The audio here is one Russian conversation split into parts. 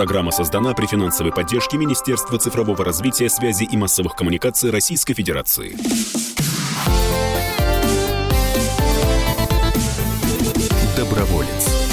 Программа создана при финансовой поддержке Министерства цифрового развития, связи и массовых коммуникаций Российской Федерации. Доброволец.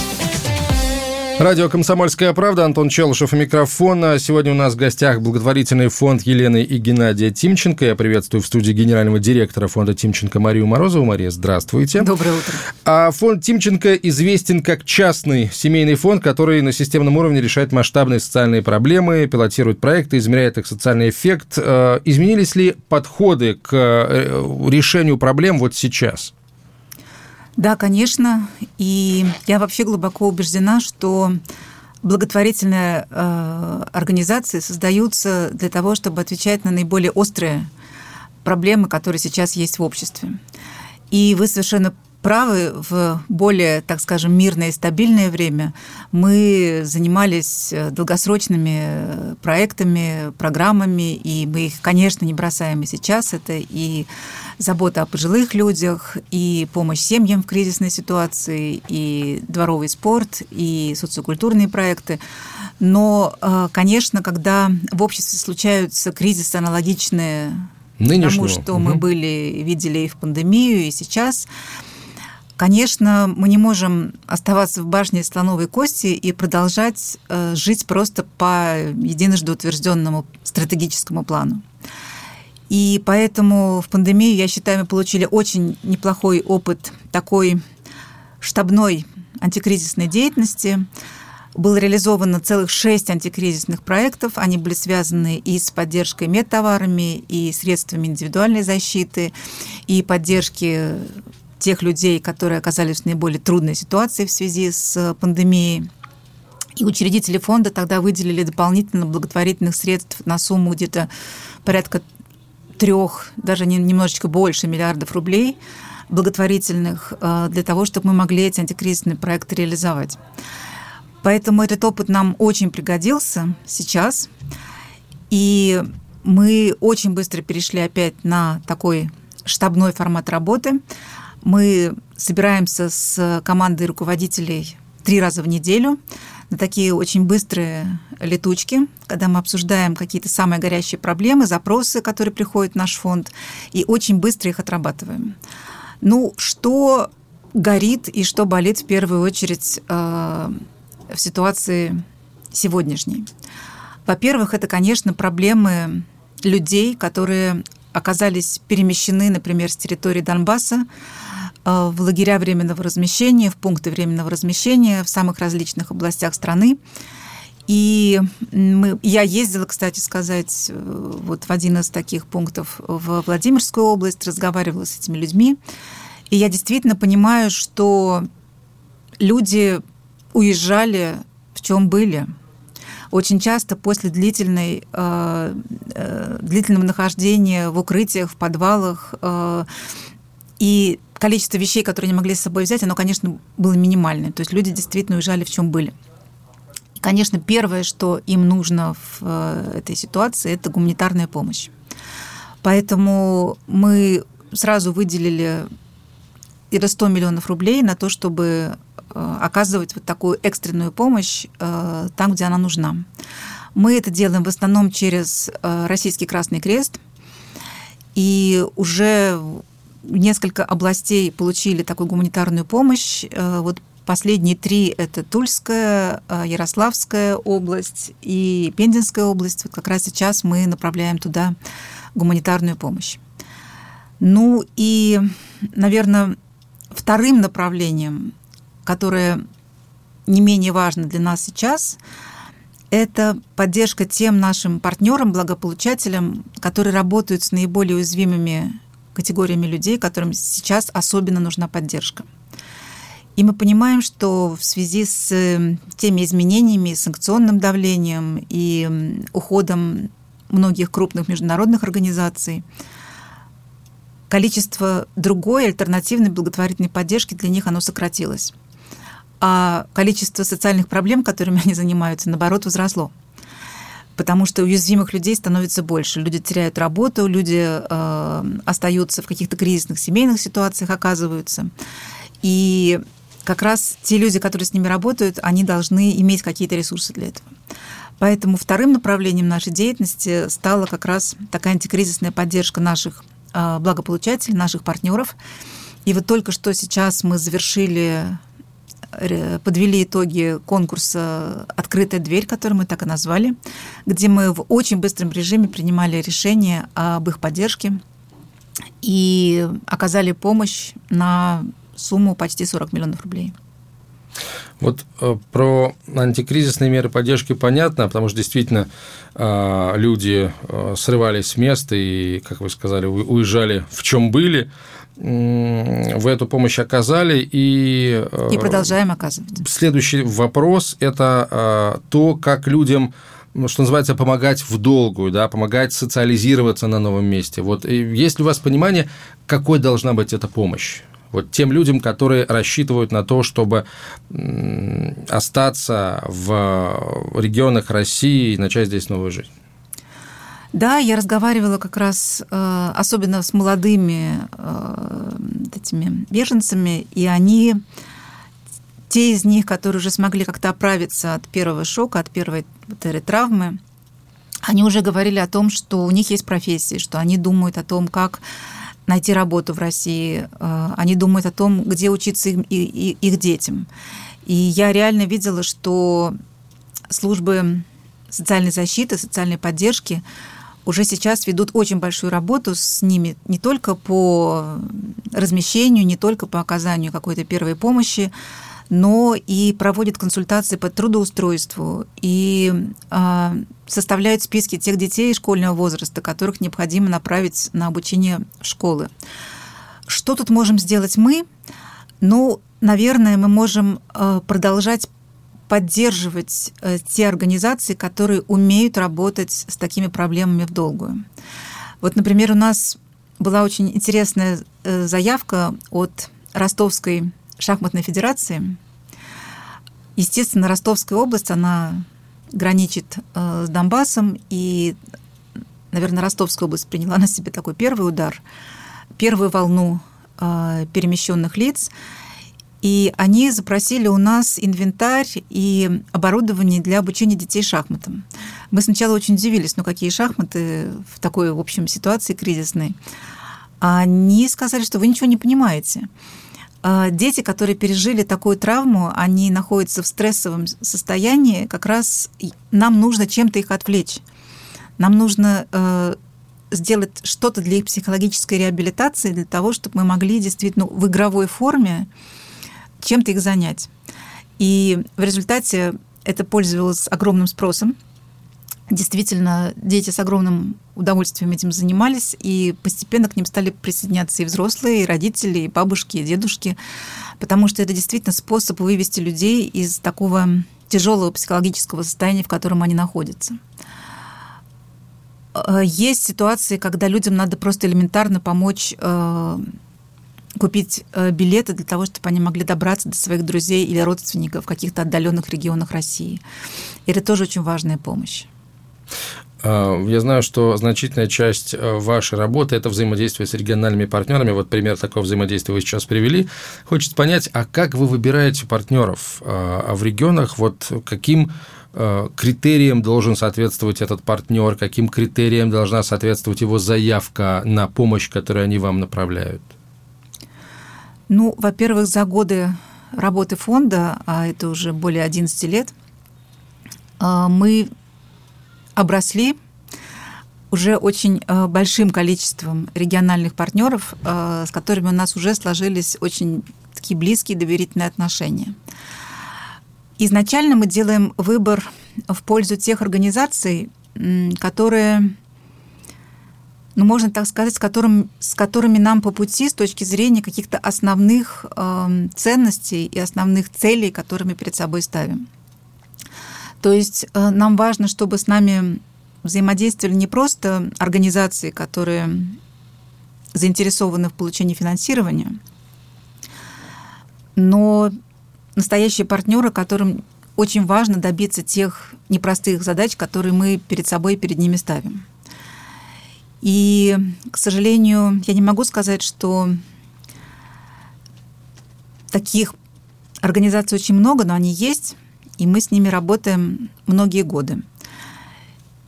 Радио «Комсомольская правда», Антон Челышев у микрофона. Сегодня у нас в гостях благотворительный фонд Елены и Геннадия Тимченко. Я приветствую в студии генерального директора фонда Тимченко Марию Морозову. Мария, здравствуйте. Доброе утро. А фонд Тимченко известен как частный семейный фонд, который на системном уровне решает масштабные социальные проблемы, пилотирует проекты, измеряет их социальный эффект. Изменились ли подходы к решению проблем вот сейчас? Да, конечно. И я вообще глубоко убеждена, что благотворительные организации создаются для того, чтобы отвечать на наиболее острые проблемы, которые сейчас есть в обществе. И вы совершенно правы, в более, так скажем, мирное и стабильное время мы занимались долгосрочными проектами, программами, и мы их, конечно, не бросаем и сейчас. Это и забота о пожилых людях, и помощь семьям в кризисной ситуации, и дворовый спорт, и социокультурные проекты. Но, конечно, когда в обществе случаются кризисы, аналогичные тому, что мы видели и в пандемию, и сейчас, конечно, мы не можем оставаться в башне слоновой кости и продолжать жить просто по единожды утвержденному стратегическому плану. И поэтому в пандемию, я считаю, мы получили очень неплохой опыт такой штабной антикризисной деятельности. Было реализовано целых 6 антикризисных проектов. Они были связаны и с поддержкой медтоварами, и средствами индивидуальной защиты, и поддержки тех людей, которые оказались в наиболее трудной ситуации в связи с пандемией. И учредители фонда тогда выделили дополнительно благотворительных средств на сумму где-то порядка 3, даже немножечко больше миллиардов рублей благотворительных для того, чтобы мы могли эти антикризисные проекты реализовать. Поэтому этот опыт нам очень пригодился сейчас. И мы очень быстро перешли опять на такой штабной формат работы. Мы собираемся с командой руководителей 3 раза в неделю на такие очень быстрые летучки, когда мы обсуждаем какие-то самые горячие проблемы, запросы, которые приходят в наш фонд, и очень быстро их отрабатываем. Ну, что горит и что болит в первую очередь в ситуации сегодняшней? Во-первых, это, конечно, проблемы людей, которые оказались перемещены, например, с территории Донбасса в лагеря временного размещения, в пункты временного размещения в самых различных областях страны. И я ездила, кстати сказать, вот в один из таких пунктов в Владимирскую область, разговаривала с этими людьми. И я действительно понимаю, что люди уезжали, в чем были. Очень часто после длительного нахождения в укрытиях, в подвалах, и количество вещей, которые они могли с собой взять, оно, конечно, было минимальное. То есть люди действительно уезжали, в чем были. И, конечно, первое, что им нужно в этой ситуации, это гуманитарная помощь. Поэтому мы сразу выделили 100 миллионов рублей на то, чтобы оказывать вот такую экстренную помощь там, где она нужна. Мы это делаем в основном через Российский Красный Крест, и уже несколько областей получили такую гуманитарную помощь. Вот последние 3 – это Тульская, Ярославская область и Пензенская область. Вот как раз сейчас мы направляем туда гуманитарную помощь. Ну и, наверное, вторым направлением, которое не менее важно для нас сейчас, это поддержка тем нашим партнерам, благополучателям, которые работают с наиболее уязвимыми категориями людей, которым сейчас особенно нужна поддержка. И мы понимаем, что в связи с теми изменениями, санкционным давлением и уходом многих крупных международных организаций, количество другой альтернативной благотворительной поддержки для них оно сократилось. А количество социальных проблем, которыми они занимаются, наоборот, возросло. Потому что уязвимых людей становится больше. Люди теряют работу, люди остаются в каких-то кризисных семейных ситуациях, оказываются. И как раз те люди, которые с ними работают, они должны иметь какие-то ресурсы для этого. Поэтому вторым направлением нашей деятельности стала как раз такая антикризисная поддержка наших благополучателей, наших партнеров. И вот только что сейчас мы подвели итоги конкурса «Открытая дверь», который мы так и назвали, где мы в очень быстром режиме принимали решение об их поддержке и оказали помощь на сумму почти 40 миллионов рублей. Вот про антикризисные меры поддержки понятно, потому что действительно люди срывались с места и, как вы сказали, уезжали в чем были. Вы эту помощь оказали и продолжаем оказывать. Следующий вопрос – это то, как людям, что называется, помогать в долгую, да, помогать социализироваться на новом месте. Вот есть ли у вас понимание, какой должна быть эта помощь? Вот тем людям, которые рассчитывают на то, чтобы остаться в регионах России и начать здесь новую жизнь. Да, я разговаривала как раз особенно с молодыми этими беженцами, и они, те из них, которые уже смогли как-то оправиться от первого шока, от первой вот этой травмы, они уже говорили о том, что у них есть профессии, что они думают о том, как найти работу в России, они думают о том, где учиться их детям. И я реально видела, что службы социальной защиты, социальной поддержки уже сейчас ведут очень большую работу с ними не только по размещению, не только по оказанию какой-то первой помощи, но и проводят консультации по трудоустройству и составляют списки тех детей школьного возраста, которых необходимо направить на обучение в школы. Что тут можем сделать мы? Ну, наверное, мы можем продолжать поддерживать те организации, которые умеют работать с такими проблемами в долгую. Вот, например, у нас была очень интересная заявка от Ростовской шахматной федерации. Естественно, Ростовская область, она граничит с Донбассом, и, наверное, Ростовская область приняла на себя такой первый удар, первую волну перемещенных лиц, и они запросили у нас инвентарь и оборудование для обучения детей шахматам. Мы сначала очень удивились, какие шахматы в такой, в общем, ситуации кризисной. Они сказали, что вы ничего не понимаете. Дети, которые пережили такую травму, они находятся в стрессовом состоянии, как раз нам нужно чем-то их отвлечь. Нам нужно сделать что-то для их психологической реабилитации, для того, чтобы мы могли действительно в игровой форме чем-то их занять. И в результате это пользовалось огромным спросом. Действительно, дети с огромным удовольствием этим занимались, и постепенно к ним стали присоединяться и взрослые, и родители, и бабушки, и дедушки, потому что это действительно способ вывести людей из такого тяжелого психологического состояния, в котором они находятся. Есть ситуации, когда людям надо просто элементарно помочь купить билеты для того, чтобы они могли добраться до своих друзей или родственников в каких-то отдаленных регионах России. И это тоже очень важная помощь. Я знаю, что значительная часть вашей работы – это взаимодействие с региональными партнерами. Вот пример такого взаимодействия вы сейчас привели. Хочется понять, а как вы выбираете партнеров? А в регионах вот каким критериям должен соответствовать этот партнер, каким критериям должна соответствовать его заявка на помощь, которую они вам направляют? Во-первых, за годы работы фонда, а это уже более 11 лет, мы обросли уже очень большим количеством региональных партнеров, с которыми у нас уже сложились очень такие близкие доверительные отношения. Изначально мы делаем выбор в пользу тех организаций, которые, можно так сказать, с которыми нам по пути с точки зрения каких-то основных ценностей и основных целей, которые мы перед собой ставим. То есть нам важно, чтобы с нами взаимодействовали не просто организации, которые заинтересованы в получении финансирования, но настоящие партнеры, которым очень важно добиться тех непростых задач, которые мы перед собой и перед ними ставим. И, к сожалению, я не могу сказать, что таких организаций очень много, но они есть, и мы с ними работаем многие годы.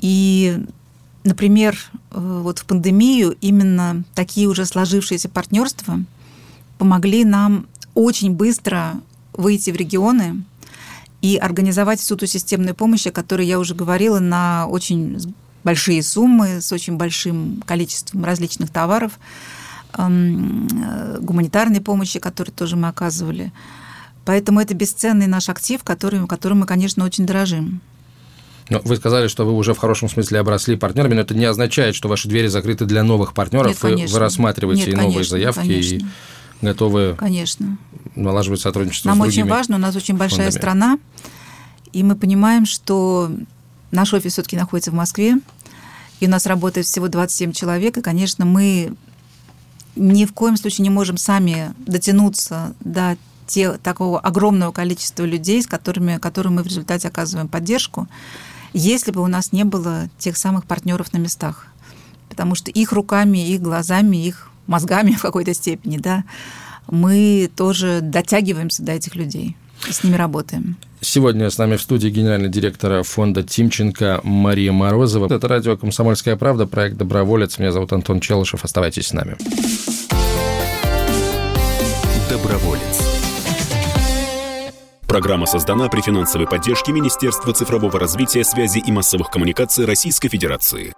И, например, вот в пандемию именно такие уже сложившиеся партнерства помогли нам очень быстро выйти в регионы и организовать всю ту системную помощь, о которой я уже говорила, на очень большие суммы, с очень большим количеством различных товаров, гуманитарной помощи, которую тоже мы оказывали. Поэтому это бесценный наш актив, которым мы, конечно, очень дорожим. Но вы сказали, что вы уже в хорошем смысле обросли партнерами, но это не означает, что ваши двери закрыты для новых партнеров. Нет, вы рассматриваете и новые заявки, конечно. И готовы налаживать сотрудничество Нам с другими. Нам очень важно, у нас очень большая страна, и мы понимаем, что наш офис все-таки находится в Москве, и у нас работает всего 27 человек, и, конечно, мы ни в коем случае не можем сами дотянуться до такого огромного количества людей, которым мы в результате оказываем поддержку, если бы у нас не было тех самых партнеров на местах. Потому что их руками, их глазами, их мозгами в какой-то степени, да, мы тоже дотягиваемся до этих людей и с ними работаем. Сегодня с нами в студии генеральный директор фонда Тимченко Мария Морозова. Это радио «Комсомольская правда», проект «Доброволец». Меня зовут Антон Челышев. Оставайтесь с нами. Доброволец. Программа создана при финансовой поддержке Министерства цифрового развития, связи и массовых коммуникаций Российской Федерации.